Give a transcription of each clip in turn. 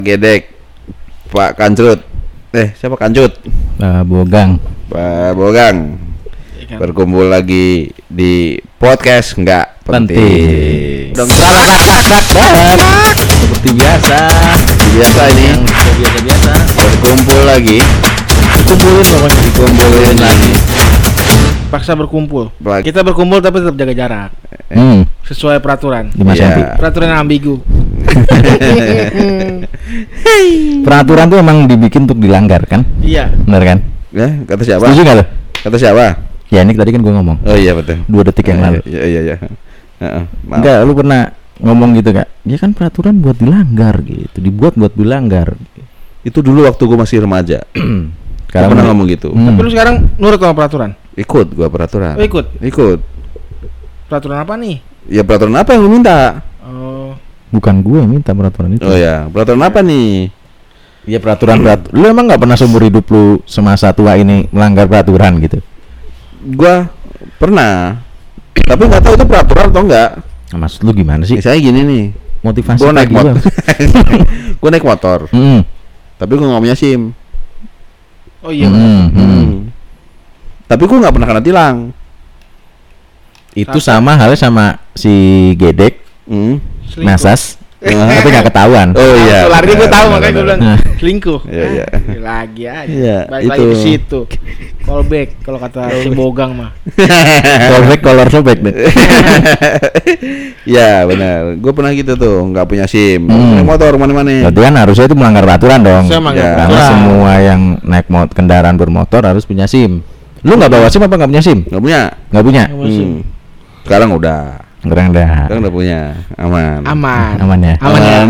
Gedek, Pak Kancut. Siapa Kancut? Bogang. Pak Bogang. Berkumpul lagi di podcast nggak penting. Dong seperti biasa. Biasa ini. Biasa. Berkumpul lagi. Dikumpulin lagi. Paksa berkumpul. Lagi. Kita berkumpul tapi tetap jaga jarak. Sesuai peraturan. 5 cm. Peraturan yang ambigu. Peraturan tuh emang dibikin untuk dilanggar kan? Iya. Benar kan? Ya, kata siapa? Setuju nggak lo? Kata siapa? Ya ini tadi kan gue ngomong. Oh iya betul. 2 detik yang lalu. Iya. Maaf. Enggak, lu pernah ngomong gitu gak? Ya kan peraturan buat dilanggar gitu, dibuat buat dilanggar. Itu dulu waktu gue masih remaja. Sekarang pernah ngomong gitu. Tapi lu sekarang nurut sama peraturan? Ikut gua peraturan. Oh, ikut. Peraturan apa nih? Ya peraturan apa yang lu minta? Oh. Bukan gue yang minta peraturan itu. Oh ya, peraturan apa nih? Iya peraturan. Lu emang nggak pernah seumur hidup lu semasa tua ini melanggar peraturan gitu? Gua pernah. Tapi nggak tahu itu peraturan atau enggak. Nah, maksud lu gimana sih? Saya gini nih. Motivasi Gua naik kayak motor. gua. Gua naik motor. Tapi gua nggak punya SIM. Oh iya. Tapi gua nggak pernah kena tilang. Itu sama halnya sama si Gedek, Selingkuh. Nasas, tapi nggak ketahuan. Oh iya. Lari gue tahu makanya gue bilang Nah. selingkuh. Iya. Lagi aja. Iya, Balik itu. lagi ke situ. Callback kalau kata si Bogang mah. Callback color sobek deh. Ya benar. Gua pernah gitu tuh, nggak punya SIM. Naik motor mana-mana. Berarti kan harusnya itu melanggar peraturan dong. Saya melanggar Ya. Karena peraturan. semua yang naik kendaraan bermotor harus punya SIM. Lu nggak bawa SIM apa nggak punya SIM? Nggak punya. Nggak punya. Sekarang udah. Sekarang Sekarang udah punya. Aman. Aman ya. Aman ya.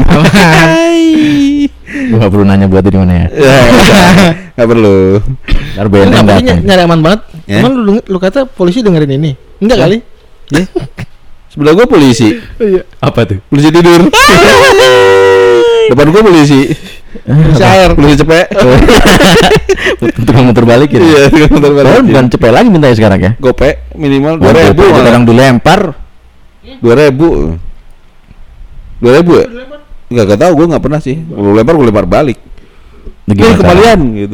Gua nggak perlu nanya buat di mana ya. Nggak perlu. Ntar Lu BNN ngapain datang. nyari aman banget? Ya? Emang lu kata polisi dengerin ini? Enggak kali? Ya. Sebelah gua polisi. Iya. Apa tuh? Polisi tidur. Depan gua polisi. Polisi air. Polisi cepet. Tukang muter balik gitu. Iya, tukang muter balik. Oh, bukan cepet lagi mintanya sekarang ya? Gope minimal 2.000. 2.000 kadang dilempar. 2.000. 2.000 ya? Enggak tahu, gua enggak pernah sih. Gua lempar balik. Gimana Kembalian gitu.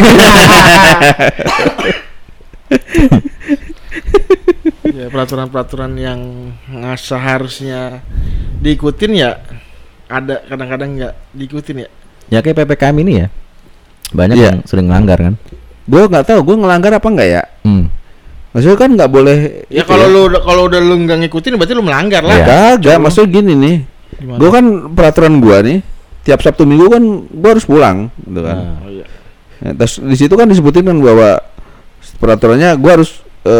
Ya, peraturan-peraturan yang seharusnya diikutin ya ada kadang-kadang nggak diikutin ya. Ya kayak PPKM ini ya. Banyak Iya. yang sering melanggar kan. Gua enggak tahu gua ngelanggar apa enggak ya. Maksudnya kan nggak boleh. Ya itu kalau udah lu nggak ngikutin berarti lu melanggar lah. Iya. Kagak, maksud gini nih. Gimana? Gua kan peraturan gua nih tiap Sabtu Minggu kan gua harus pulang gitu kan. Oh, iya. Nah, terus di situ kan disebutin kan bahwa peraturannya gua harus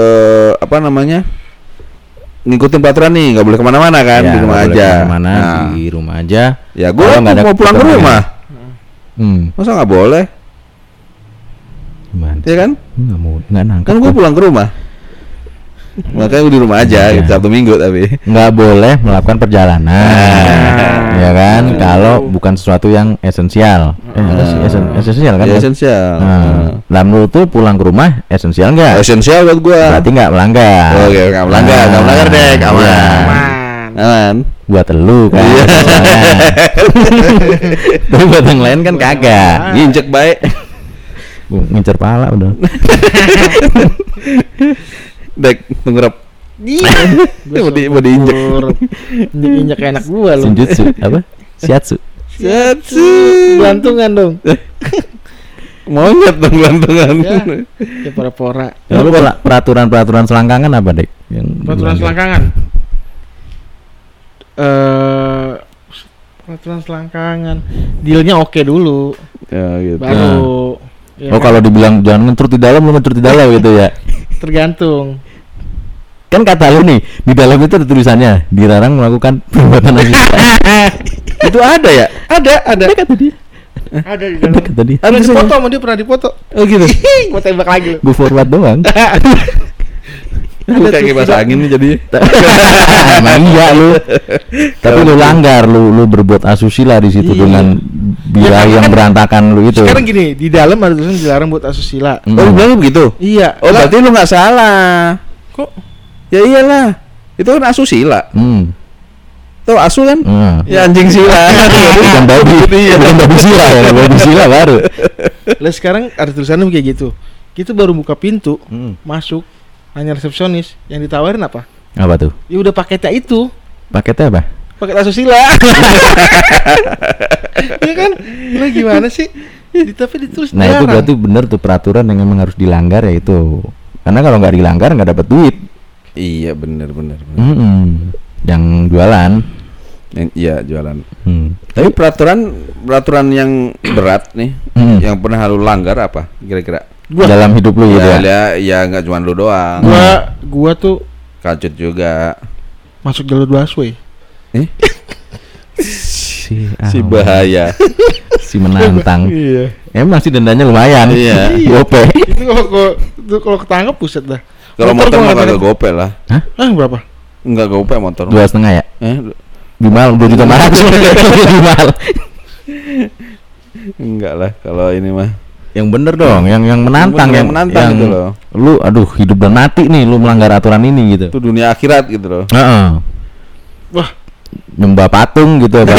ngikutin peraturan nih, nggak boleh kemana-mana kan, Ya, di rumah nggak boleh aja. kemana-mana, Nah, di rumah aja. ya gua Kalau nggak ada mau pulang ke ketentuan. rumah, masa nggak boleh? Gimana? Ya kan? Nggak mau, nggak nangkep. Kan gua pulang ke rumah. Makanya gua di rumah aja, Iya. gitu, Sabtu Minggu tapi. Nggak boleh melakukan perjalanan, ya kan? Kalau bukan sesuatu yang esensial. Ada sih esensial kan? Ya, esensial. Lah menurut tuh pulang ke rumah esensial nggak? Esensial buat gua. Berarti nggak melanggar. Oke, nggak melanggar deh, aman. Iya. Aman. Buat elu kan. Iya. Tapi buat yang lain kan kagak. Nginjek baik. Ngincer pala udah. Dek, tenggerap. Mau diinjek. Injek enak gua lu. Senjutsu apa? Shiatsu. Jatsu. Gelantungan dong. Monyet dong gelantungan. Ya pora-pora. Lalu peraturan selangkangan apa, Dek? Yang Peraturan selangkangan. Peraturan selangkangan. Dealnya oke dulu. Ya gitu. Baru. Ya Oh, kan? kalau dibilang jangan ngencur di dalam, lu ngencur di dalam gitu ya. Tergantung. Kan kata lu nih, di dalam itu ada tulisannya dilarang melakukan perbuatan asusila. Itu ada ya? Ada. Kata dia. Ada di Ada dalam. kata dia. Pernah dipoto sama dia, pernah dipoto. Oh gitu. Gua tembak lagi lu. Gue forward doang. Lu kayak kipas angin nih jadi. Emang iya lu. Tapi lu langgar, lu berbuat asusila di situ Iya. dengan birahi yang berantakan lu itu. Sekarang gini, di dalam ada tulisan dilarang buat asusila. Oh, lu bilang begitu? Iya. Oh, berarti lu nggak salah. Kok Ya iyalah. Itu kan asusila. Tuh asu kan? Ya. Ya anjing sila. Bukan babi. Bukan babi sila ya, babi sila baru. Lah sekarang ada tulisannya kayak gitu. Kita baru buka pintu, masuk, nanya resepsionis, yang ditawarin apa? Apa tuh? Ya udah paketnya itu, Paketnya apa? paket asusila. Ya kan? Lah gimana sih? Tapi ditulis Nah itu jarang. berarti bener tuh peraturan yang memang harus dilanggar ya itu. Karena kalau nggak dilanggar nggak dapat duit. Iya bener. Yang jualan. Iya jualan. Tapi Tapi peraturan yang berat nih, yang pernah lu langgar apa kira-kira? dalam hidup lu gitu ya. Ya nggak cuma lu doang. Gua tuh Kacut juga. masuk jalur busway. Si Si Ahmad. bahaya. Si menantang. Iya. Emang sih dendanya lumayan. Iya. Gope. Itu kalau ketangkep buset dah. Kalau motor gua mah nggak kagak gope lah. Ah berapa? Enggak gope motor. 2,5 ya? Eh, Bimal 2 juta mahal. Bimal. enggak lah kalau ini mah. Yang bener dong, yang menantang, Yang menantang gitu loh. Lu aduh hidup dan mati nih lu melanggar aturan ini gitu. Itu dunia akhirat gitu loh. Heeh. Wah, Nyembah patung gitu ya, Bang.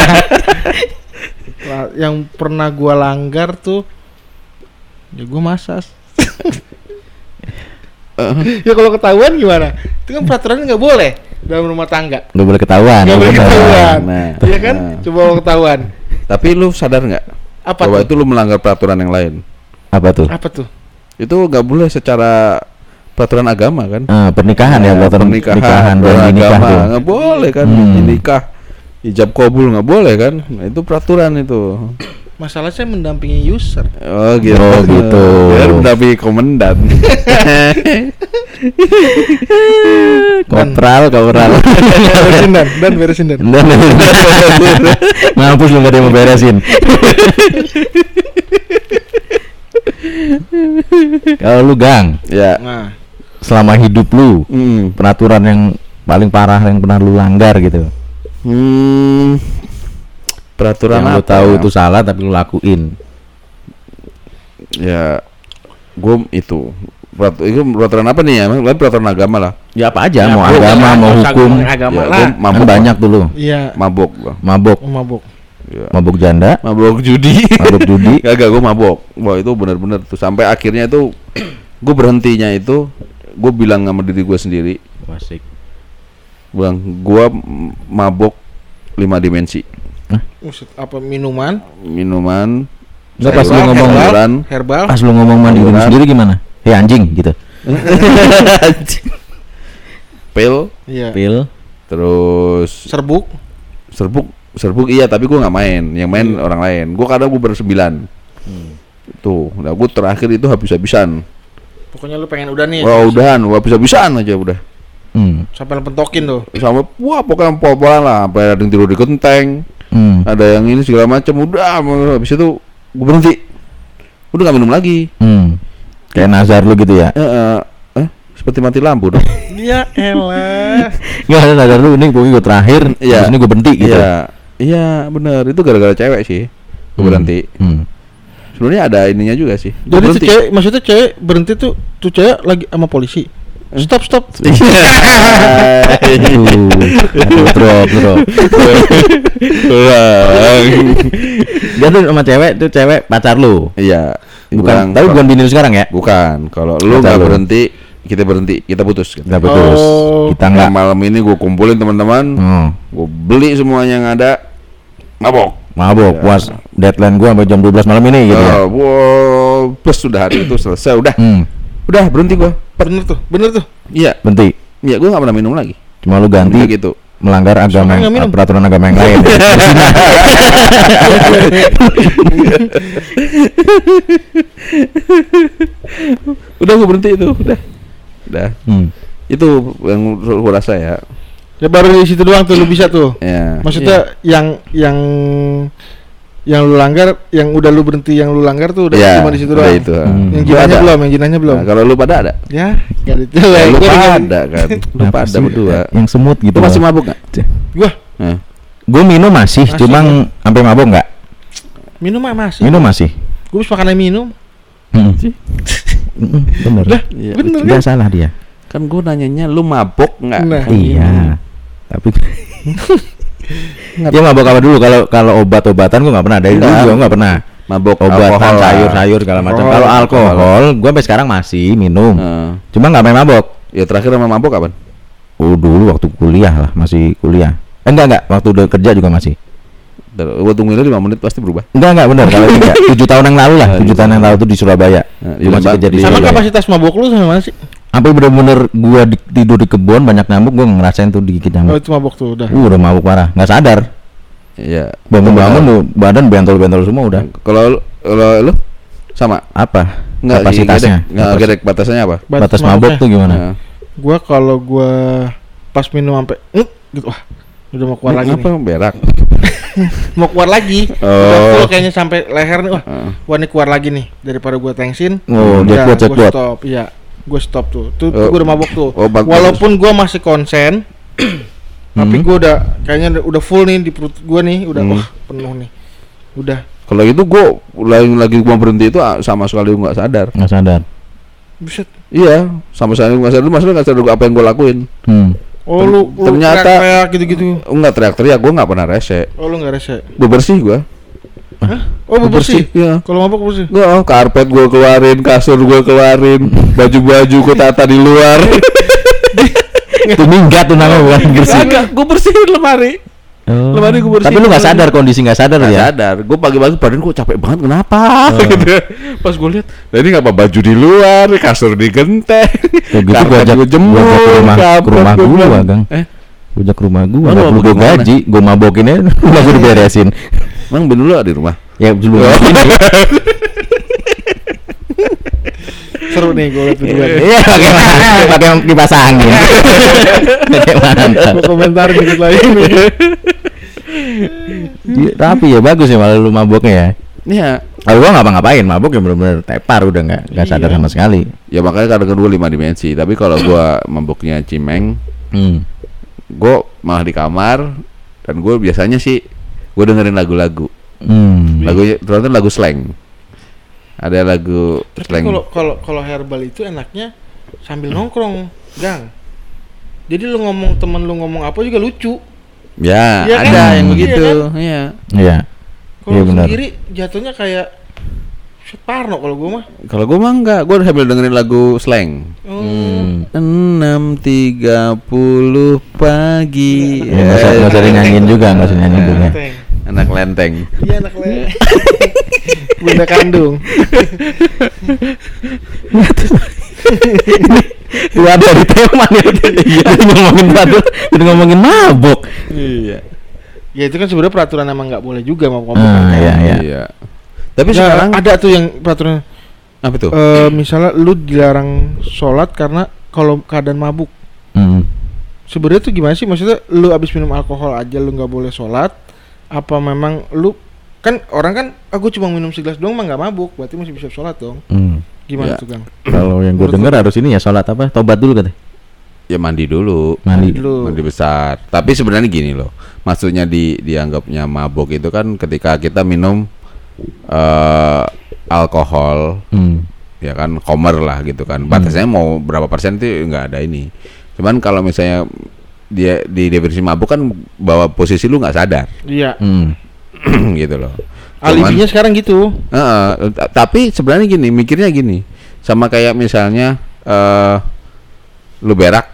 yang pernah gua langgar tuh ya gua masas. Ya kalau ketahuan gimana? Itu kan peraturannya nggak boleh dalam rumah tangga. Nggak boleh ketahuan. Nggak boleh bener. ketahuan. Nah. Iya kan? Coba kalau ketahuan. Tapi lu sadar nggak? Apa Bahwa tuh? itu lu melanggar peraturan yang lain. Apa tuh? Apa tuh? Itu nggak boleh secara peraturan agama kan? Pernikahan ya, peraturan pernikahan dan peraturan nikah agama tuh. nggak boleh kan? Nikah, ijab kabul nggak boleh kan? Nah, itu peraturan itu. Masalah saya mendampingi user. Oh gitu. Oh, gitu. Biar mendampingi komandan. Kopral. Beresin dan. Mampus lu nggak ada yang mau beresin. Kalau lu Gang, Ya. Nah, selama hidup lu peraturan yang paling parah yang pernah lu langgar gitu. Peraturan Yang lu apa tahu ya? itu salah tapi lu lakuin. Ya, gue itu peraturan apa nih ya? Emang peraturan agama lah. Ya apa aja, Ya, mau apa agama, aja, mau nggak usah hukum. ngomongin agama Ya, lah. gua Kan mabuk banyak dulu. iya, Mabok gua. Mabok, mabuk. Ya. mabok janda, Mabok judi. mabok judi. Gak, gue mabok. Wah itu benar-benar tuh sampai akhirnya itu gue berhentinya itu gue bilang sama diri gue sendiri, Asik. bilang gue mabok 5 dimensi, Buset, apa minuman? minuman, Nggak, pas lu sayuran, ngomong sayuran, Herbal. Pas lu ngomong mandi diri Sayuran. sendiri gimana? Hei anjing gitu. pil, Iya. Pil. terus Serbuk. serbuk iya tapi gue nggak main, yang main orang lain. Gue kadang gue bersembilan. Tuh, nah gue terakhir itu habis-habisan. Pokoknya lu pengen udah nih. Wah udahan, habis-habisan aja udah. Sampai lu pentokin tuh. Sama wah pokoknya pol-polan lah, sampai ada yang tidur di genteng, ada yang ini segala macam. Udah, habis itu gue berhenti. Udah nggak minum lagi. Kayak nazar lu gitu ya. Seperti mati lampu dong. Ya elah. Enggak ada nazar lu ini gue terakhir, Iya. terus ini gue berhenti gitu. Iya benar, itu gara-gara cewek sih gue berhenti. Sebenarnya ada ininya juga sih. Gua Jadi tuh berhenti. cewek, maksudnya cewek berhenti tuh cewek lagi sama polisi. Stop. Aduh, drop. Dia tuh sama cewek tuh cewek pacar lu. Iya. Bukan, tapi bukan bini lu sekarang ya? Bukan. Kalau lu Pacar nggak lu. berhenti, kita berhenti, kita putus. Kita putus. Oh. Kita Nah, enggak. malam ini gue kumpulin teman-teman, gue beli semuanya yang ada, mabok. Mabok, Ya. puas deadline gua sampai jam 12 malam ini gitu ya. Wow, plus sudah hari itu selesai, udah berhenti gue. Bener tuh. Iya, Berhenti. iya gue nggak pernah minum lagi. Cuma lu ganti Kayak gitu. melanggar agama Soalnya nggak minum. peraturan agama yang lain. Berzina. Udah gue berhenti itu, udah. Itu yang gue rasa ya. Ya baru di situ doang tuh lu bisa tuh. Ya. Maksudnya yang lu langgar, yang udah lu berhenti yang lu langgar tuh udah Iya, cuma di situ udah doang. itu. Yang Lu jinanya ada? belum, yang jinanya belum. Nah, kalau lu pada ada? Ya, enggak itu. Ya, lu Gua dengan- pada kan, lu Apa pada sih? berdua. Yang semut gitu. Lu masih loh. mabuk nggak? Gua Gua minum masih, Masih, cuma kan? sampai mabok enggak? minum mah masih. Minum masih. Gua bisa makan minum. Bener. Lah, Iya, bener kan? Enggak salah dia. Kan gue nanyanya lu mabok nggak? Nah. Kan Iya. Tapi Dia mabok apa dulu? Kalau obat-obatan gue nggak pernah. Dari dulu Enggak. gue nggak pernah. Mabok Obatan, alkohol lah. sayur-sayur segala macam. Alkohol. Kalau alkohol, gue sampai sekarang masih minum. Cuma nggak main mabok. Ya terakhir sama mabok kapan? Oh dulu waktu kuliah lah, masih kuliah. Enggak, waktu udah kerja juga masih. Gua tungguin 5 menit pasti berubah. Enggak benar kalau ini enggak. 7 tahun yang lalu lah, 7 tahun yang lalu tuh di Surabaya. Nah, Gua masih kerja di Sama Surabaya. kapasitas mabok lu sama mana sih? Sampai bener-bener gua tidur di kebun banyak nyamuk, gua ngerasain tuh digigit Oh nyamuk. itu mabok tuh udah. Udah mabuk parah, nggak sadar. Iya. Bangun-bangun tuh badan bentol-bentol semua udah. Kalau lu sama? Apa? Enggak Kapasitasnya. Enggak gedek batasnya apa? Batas mabok tuh gimana? Nah. Gua kalau gua pas minum sampai gitu wah udah mau keluar lagi Apa nih. berak? Mau keluar lagi. Oh. Udah full kayaknya sampai leher nih wah nih keluar lagi nih daripada gua tengsin. Oh, Ya, jackpot. gua stop. Iya. Gua stop tuh. Tuh Oh. gua udah mabok tuh. Oh, bagus. Walaupun gua masih konsen tapi gua udah kayaknya udah full nih di perut gua nih udah wah penuh nih. Udah. Kalau itu gua lagi gua berhenti itu sama sekali gua nggak sadar. Nggak sadar. Buset. Iya, sama sekali nggak sadar. Maksudnya nggak sadar apa yang gua lakuin. Oh lu Ternyata- teriak-teriak gitu-gitu. Enggak teriak-teriak, gua nggak pernah rese. Oh lu nggak rese. Bebersih gua. Oh bersih. Iya. Kalau mabok bersih. Gua karpet gua keluarin, kasur gua keluarin, baju-baju gua tata di luar. Itu minggat tuh namanya bukan bersih. Kagak, gua bersihin lemari. Oh. Lemari gua bersihin. Tapi lu nggak sadar, kondisi nggak sadar Nggak ya? sadar, gue pagi-pagi badan gue capek banget, kenapa? Gitu. Pas gue lihat, nah ini ngapa baju di luar, kasur digenteng, Kayak gitu gua ajak gue jemur, gua ajak ke rumah kampret gua gua, bilang. Gang. Gua ajak ke rumah gua, Oh, lu nggak perlu mabok gua gimana? gaji, gua mabokin aja, udah gua diberesin. Emang bener lu di rumah? Ya dulu. Seru nih gue liat berdua. Iya, pakai kipas angin. Pakai mantap. Gue komentar dikit lagi nih. Iya, tapi ya bagus ya malah lu maboknya ya. Iya. Kalau gua ngapa-ngapain, mabok ya bener-bener tepar udah nggak sadar Iya. sama sekali. Ya makanya kadang kedua 5 dimensi. Tapi kalau gue mabuknya cimeng, gue malah di kamar dan gue biasanya sih gue dengerin lagu-lagu. Lagunya ternyata lagu slang. Ada lagu Tapi slang. kalau herbal itu enaknya sambil nongkrong, Gang. Jadi lu ngomong temen lu ngomong apa juga lucu. Ya, Iya ada kan? yang Iya begitu. kan? Iya. Iya. Kalau Iya, benar. sendiri jatuhnya kayak Parno kalau gue mah. Kalau gue mah enggak, gue sambil dengerin lagu slang. Oh. 6.30 pagi. Ya, nggak usah dinyanyiin juga, nggak usah nyanyiin juga. Lenteng. Anak lenteng. Iya anak le. Bunda kandung. Lu ada di tema nih. Jadi ngomongin badut, jadi ngomongin mabok. Iya. Ya itu kan sebenarnya peraturan emang nggak boleh juga mau ngomong. Ah, iya, iya. Iya. Tapi Ya, sekarang ada tuh yang peraturan. apa tuh? Misalnya lu dilarang sholat karena kalau keadaan mabuk. Sebenarnya tuh gimana sih? Maksudnya lu abis minum alkohol aja lu nggak boleh sholat? Apa memang lu kan orang kan aku cuma minum segelas doang mah nggak mabuk, berarti masih bisa sholat dong? Gimana Ya. tuh Gang? Kalau yang gue Menurut dengar harus ini ya sholat apa? Tobat dulu katanya. Ya mandi dulu. Mandi. Dulu. Mandi besar. Tapi sebenarnya gini loh. Maksudnya dianggapnya mabuk itu kan ketika kita minum alkohol, ya kan komer lah gitu kan. Batasnya mau berapa persen itu nggak ada ini. Cuman kalau misalnya dia di definisi mabuk kan bahwa posisi lu nggak sadar. Iya. Gitu loh. Alibinya sekarang gitu. Tapi sebenarnya gini, mikirnya gini, sama kayak misalnya lu berak,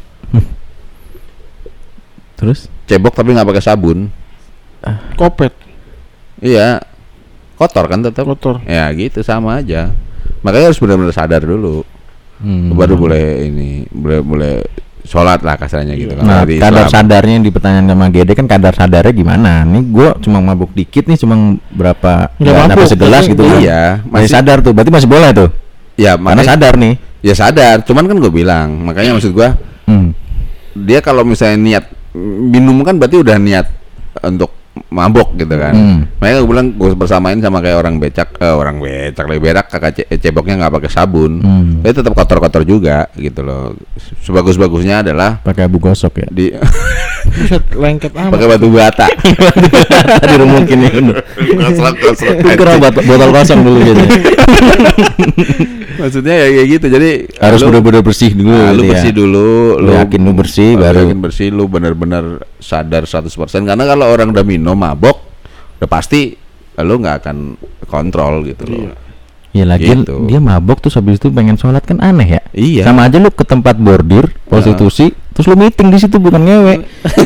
Terus? cebok tapi nggak pakai sabun, Kopet, iya, kotor kan tetap. kotor. Ya gitu sama aja. Makanya harus benar-benar sadar dulu, baru boleh ini, boleh sholat lah kasarnya gitu kan. Nah, Di kadar Islam. sadarnya yang dipertanyakan sama Gede kan kadar sadarnya gimana? Nih gue cuma mabuk dikit nih, cuma berapa? Nggak Nggak mabuk, sampai segelas tapi gitu. kan. Iya, Masih sadar tuh, berarti masih boleh tuh. Ya Karena makanya sadar nih. ya sadar. Cuman kan gue bilang, makanya maksud gue dia kalau misalnya niat minum kan berarti udah niat untuk mabok gitu kan. Makanya gue bilang gue bersamain sama kayak orang becak lagi berak kakak ceboknya nggak pakai sabun, tapi tetap kotor-kotor juga gitu loh. Sebagus-bagusnya adalah Pakai abu gosok ya. di Buset, lengket amat. Pakai batu bata. Tadi rumukin ya bener. Kurang botol kosong dulu gitu. Maksudnya ya kayak gitu. Jadi Harus bener-bener bersih dulu lu gitu bersih ya. dulu, Lu yakin lu bersih lu baru. yakin bersih, lu benar-benar sadar 100%. Karena kalau orang udah minum mabok, udah pasti lu nggak akan kontrol gitu loh. Ya lagi Gitu. dia mabok terus habis itu pengen sholat kan aneh ya. Iya. Sama aja lu ke tempat bordir prostitusi terus lu meeting di situ bukan ngewe.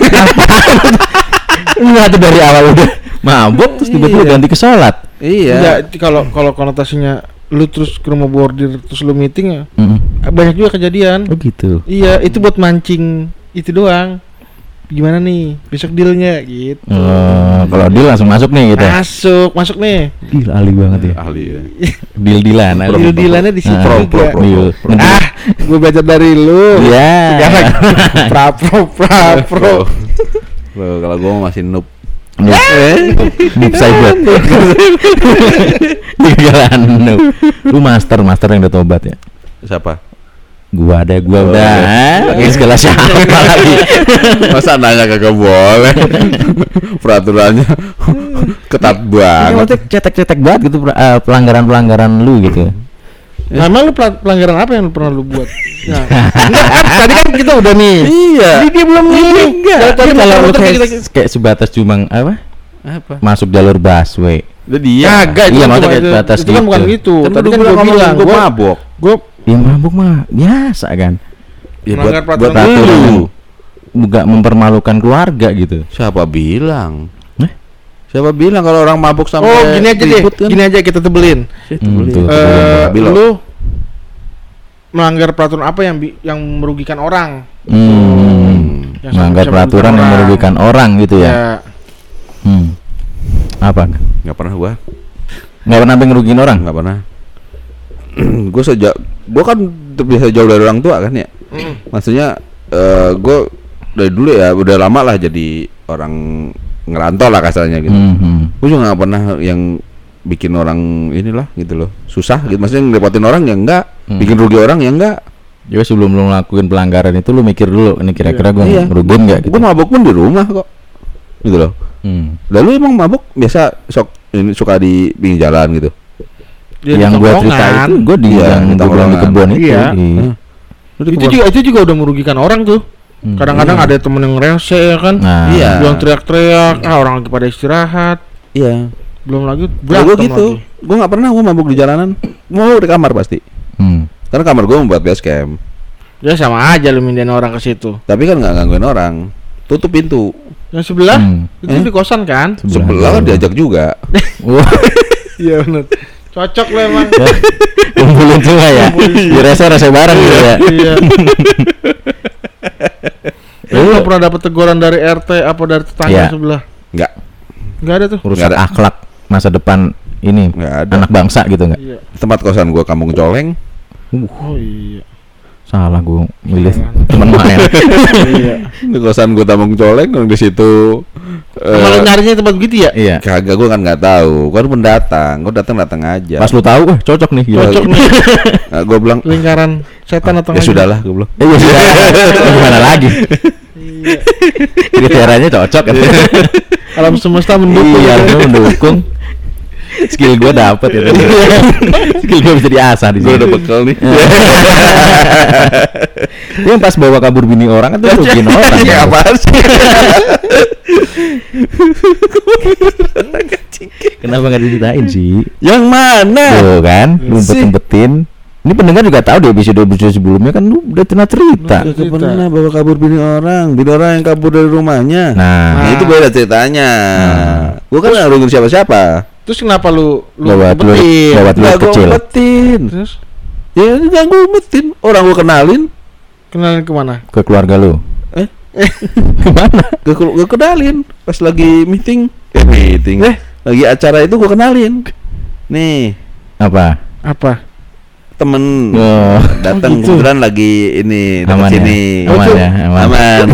Enggak tuh dari awal udah mabok terus tiba-tiba ganti ke sholat. Iya. Enggak, kalau konotasinya lu terus ke rumah bordir terus lu meeting ya. Mm-mm. Banyak juga kejadian. Oh gitu. Iya, itu buat mancing itu doang. Gimana nih? Besok dealnya gitu. Kalau deal langsung masuk nih gitu. Masuk nih. Gila ahli banget ya. Ahli ya. Deal-dealan. Deal-dealannya di situ juga. Deal. Gue belajar dari lu. Iya. Pro. Loh, kalau gua masih noob. Deep cyber. Deal-dealan. Lu master yang udah tobat ya. Siapa? Gua udah. Pakai segala siapa lagi. Masa nanya kagak boleh. Peraturannya ketat banget. Cetek-cetek banget gitu pelanggaran-pelanggaran lu gitu. Nah, emang lu pelanggaran apa yang lu pernah lu buat? Nah, enggak, tadi kan kita udah nih. Iya. Jadi dia belum nih. Tapi kalau lu kayak sebatas cuma apa? Masuk jalur busway. Jadi Kagak, Iya, maksudnya kayak sebatas itu kan gitu. bukan gitu. Kan Tadi kan gua gue bilang gua gue mabok. Ya mabuk mah biasa kan. Ya Melanggar buat peraturan lu. Enggak mempermalukan keluarga gitu. Siapa bilang? Siapa bilang kalau orang mabuk sampai Oh, gini aja deh. ribut kan? Gini aja kita tebelin. Tuh. Lu melanggar peraturan apa yang merugikan orang? Yang Melanggar semacam peraturan yang orang. merugikan orang gitu ya. Ya. Apa? Nggak pernah gua. Nggak pernah sampai ngerugiin orang? Nggak pernah. Gua kan terbiasa jauh dari orang tua kan ya. Maksudnya gua dari dulu ya udah lama lah jadi orang ngerantau lah kasarnya gitu. Gua juga nggak pernah yang bikin orang inilah gitu loh susah gitu. Maksudnya ngerepotin orang ya enggak, bikin rugi orang ya enggak. Jadi sebelum lu ngelakuin pelanggaran itu lu mikir dulu ini kira-kira gue Iya. ngerugiin nggak gitu. Gua mabuk pun di rumah kok. Gitu loh. Lalu emang mabuk biasa ini suka di pinggir jalan gitu. Yang gue cerita itu gue di Iya, yang gue bilang di kebun itu. Iya. Iya. Itu juga udah merugikan orang tuh. Kadang-kadang ada temen yang rese ya kan. Nah, Iya. Yang teriak-teriak, orang lagi pada istirahat. Iya. Belum lagi Gua berantem gitu. lagi. Gua nggak pernah gua mabuk di jalanan. Mau di kamar pasti. Karena kamar gua membuat base camp. Ya sama aja lu mindahin orang ke situ. Tapi kan nggak gangguin orang. Tutup pintu. Yang sebelah itu Eh? di kosan kan? Sebelah kan diajak juga. Wah, Iya benar. Cocok lo emang. kumpulin semua ya. Dirasa bareng gitu ya. Iya. Lu nggak pernah dapet teguran dari RT apa dari tetangga Iya. sebelah? Nggak. Nggak ada tuh. Urusan Nggak ada. akhlak masa depan ini Nggak ada. anak bangsa gitu nggak? Iya. Tempat kosan gua Kampung Coleng. Oh iya. Salah gue milih teman main. Iya. Di kosan gua Kampung Coleng yang di situ. Kalau nyarinya tempat begitu ya? Iya. Kagak, gua kan nggak tahu. Gua kan pendatang. Gua datang aja. Pas lu tahu, cocok nih. Gitu. Cocok nih. Nah, gua bilang Lingkaran setan atau ya nggak? sudahlah, gua bilang. Iya sudah. Gimana lagi? Iya. Kriterianya cocok kan? Alam semesta mendukung. Iya, lu mendukung. Skill gue dapet ya. Skill gue bisa diasah di Gua sini. udah bekal nih. Yang pas bawa kabur bini orang kan tuh rugiin orang. Ya apaan sih? Kenapa nggak diceritain sih? Yang mana? Tuh kan, lu Sih. umpet-umpetin. Ini pendengar juga tahu di episode sebelumnya kan lu udah pernah cerita. Gak pernah bawa kabur bini orang yang kabur dari rumahnya. Nah, Nah, itu beda ceritanya. Gua kan nggak rugiin siapa-siapa. Terus kenapa lu bawa telur umpetin? bawa telur Nggak gua kecil. umpetin. Terus Ya nggak gua umpetin. Orang gua kenalin. kenalin kemana? Ke keluarga lu. Eh? Kemana? Gua kenalin pas lagi meeting. Lagi acara itu gua kenalin. Nih, Apa? Apa? temen Oh. datang gitu. kebetulan lagi ini dekat Aman ya? sini. Aman ya? Aman.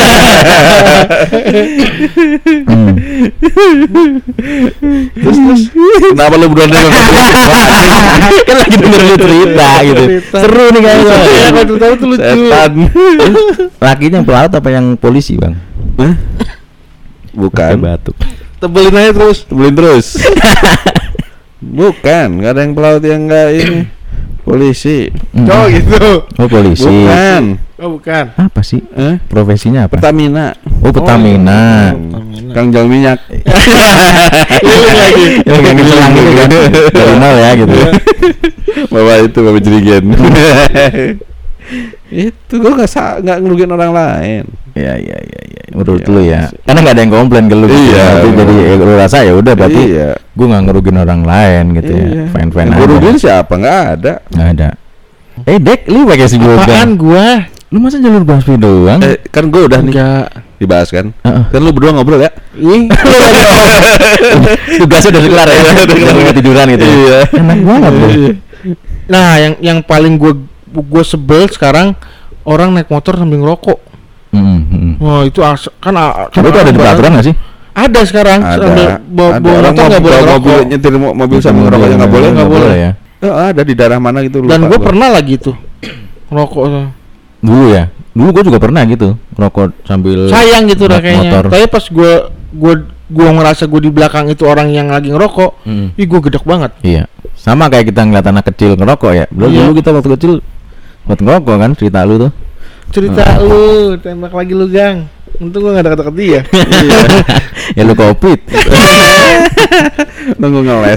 Terus kenapa lu berdua nengok? Kan lagi denger lu cerita gitu. Cerita. Seru nih kayaknya. Iya, kalau tahu tuh lucu. Setan. Lakinya yang pelaut apa yang polisi, Bang? Hah? Pakai Bukan. batuk. Tebelin aja terus. Tebelin terus. Bukan, nggak ada yang pelaut yang nggak ini. Polisi. Oh gitu. Oh polisi. Bukan. Oh bukan. Apa sih? Eh? Profesinya apa? Pertamina. Oh Pertamina. Kang jual minyak. Lagi. Ya kayak diselang gitu kan. Dari nol ya gitu. Bawa itu bawa jerigen. Itu gua nggak ngerugiin orang lain. Iya. Menurut Iya. lu ya. Karena nggak ada yang komplain ke lu. Gitu. Iya, Tapi bener. jadi lu rasa ya udah berarti Iya. gue nggak ngerugiin orang lain gitu ya. Fine Yang aja. gua rugiin siapa? Nggak ada. Nggak ada. Dek, lu pakai si Apaan Bogan. gua? Lu masa jalur busway doang? Kan gua udah nih Enggak. dibahas kan. Heeh. Kan lu berdua ngobrol ya. Ih. Tugasnya udah kelar ya. Udah tiduran gitu. Iya. Enak banget lu. Nah, yang paling gua sebel sekarang orang naik motor sambil ngerokok. Wah, itu Tapi itu ada di peraturan nggak sih? Ada sekarang. Sambil bawa Orang motor nggak boleh mobil ngerokok. nyetir mobil sambil ngerokok aja nggak boleh. Nggak boleh. ya. Ada di daerah mana gitu. Dan lupa gue gua. pernah lagi tuh ngerokok. Dulu ya. Dulu gue juga pernah gitu ngerokok sambil Sayang gitu dah naik kayaknya. motor. Tapi pas gue ngerasa gue di belakang itu orang yang lagi ngerokok, ih gue gedek banget. Iya. Sama kayak kita ngeliat anak kecil ngerokok ya. Dulu kita waktu kecil buat ngerokok kan cerita lu tuh. Cerita lu, tembak lagi lu Gang. Untung gue gak deket-deket dia. Ya lu covid. Nunggu ngeles.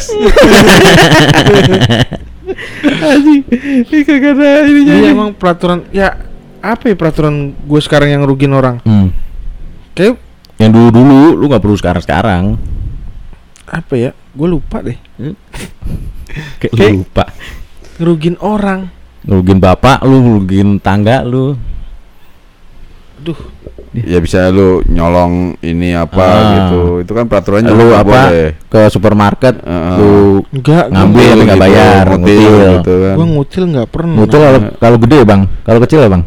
Anjing. Kagak ada ininya. Iya emang peraturan ya apa ya peraturan gue sekarang yang rugiin orang? Kayak Yang dulu lu nggak perlu sekarang. apa ya? Gue lupa deh. Kayak Kayak- lu lupa. Ngerugiin orang. Ngerugiin bapak lu, ngerugiin tangga lu. Aduh, Ya bisa lu nyolong ini apa gitu. Itu kan peraturannya Lu nggak apa boleh. ke supermarket Heeh. lu enggak. ngambil tapi nggak gitu, bayar, ngutil. gitu kan. Gue ngutil nggak pernah. Ngutil kalau gede bang, kalau kecil ya bang.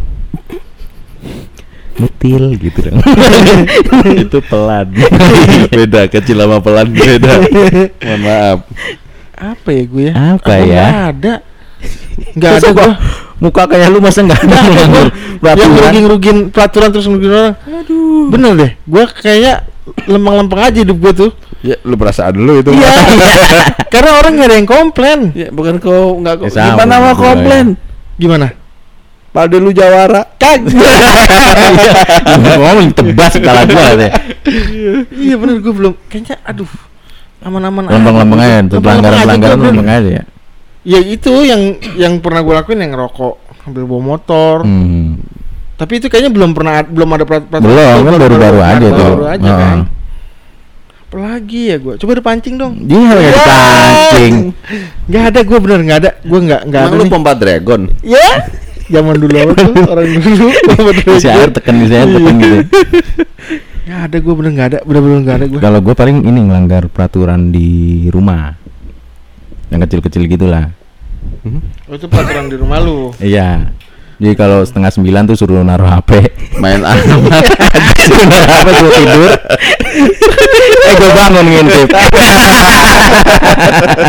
Ngutil gitu dong. Itu pelan. Beda kecil sama pelan beda. Mohon maaf. Apa ya gue ya? Apa ya? Nggak ada. Nggak Masa ada gua gue. muka kayak lu masa nggak ada melanggar Yang peraturan? ngerugiin peraturan terus ngerugiin orang. Aduh. Bener deh. Gue kayaknya lempeng-lempeng aja hidup gue tuh. Ya lu perasaan dulu itu. Iya. Karena orang nggak ada yang komplain. Ya bukan kau nggak Ya, sama, gimana mau gua komplain. Gimana? Pada lu jawara. Ngomong tebas kepala gua deh. Iya bener gue belum. Kayaknya aduh. Aman-aman aja. Lempeng-lempeng aja, tuh Lempeng-lempeng pelanggaran-pelanggaran aja tuh, lempeng aja ya. Ya itu yang pernah gue lakuin yang ngerokok sambil bawa motor. Tapi itu kayaknya belum ada peraturan. Belum, kan baru-baru aja tuh. Baru aja Heeh. kan. Apalagi ya gue. Coba dipancing dong. Dia kayak dipancing. Nggak ada gue bener nggak ada. Gue nggak ada Emang lu nih. pompa dragon. Ya. Zaman dulu apa tuh orang dulu. Si air tekan gitu. Nggak ada gue bener nggak ada. Bener-bener nggak ada gue. Kalau gue paling ini ngelanggar peraturan di rumah. Yang kecil-kecil gitulah. Oh, itu peraturan di rumah lu. Iya. Jadi kalau 8:30 tuh suruh naruh HP. Main apa? Suruh naruh HP suruh tidur. Gue bangun ngintip.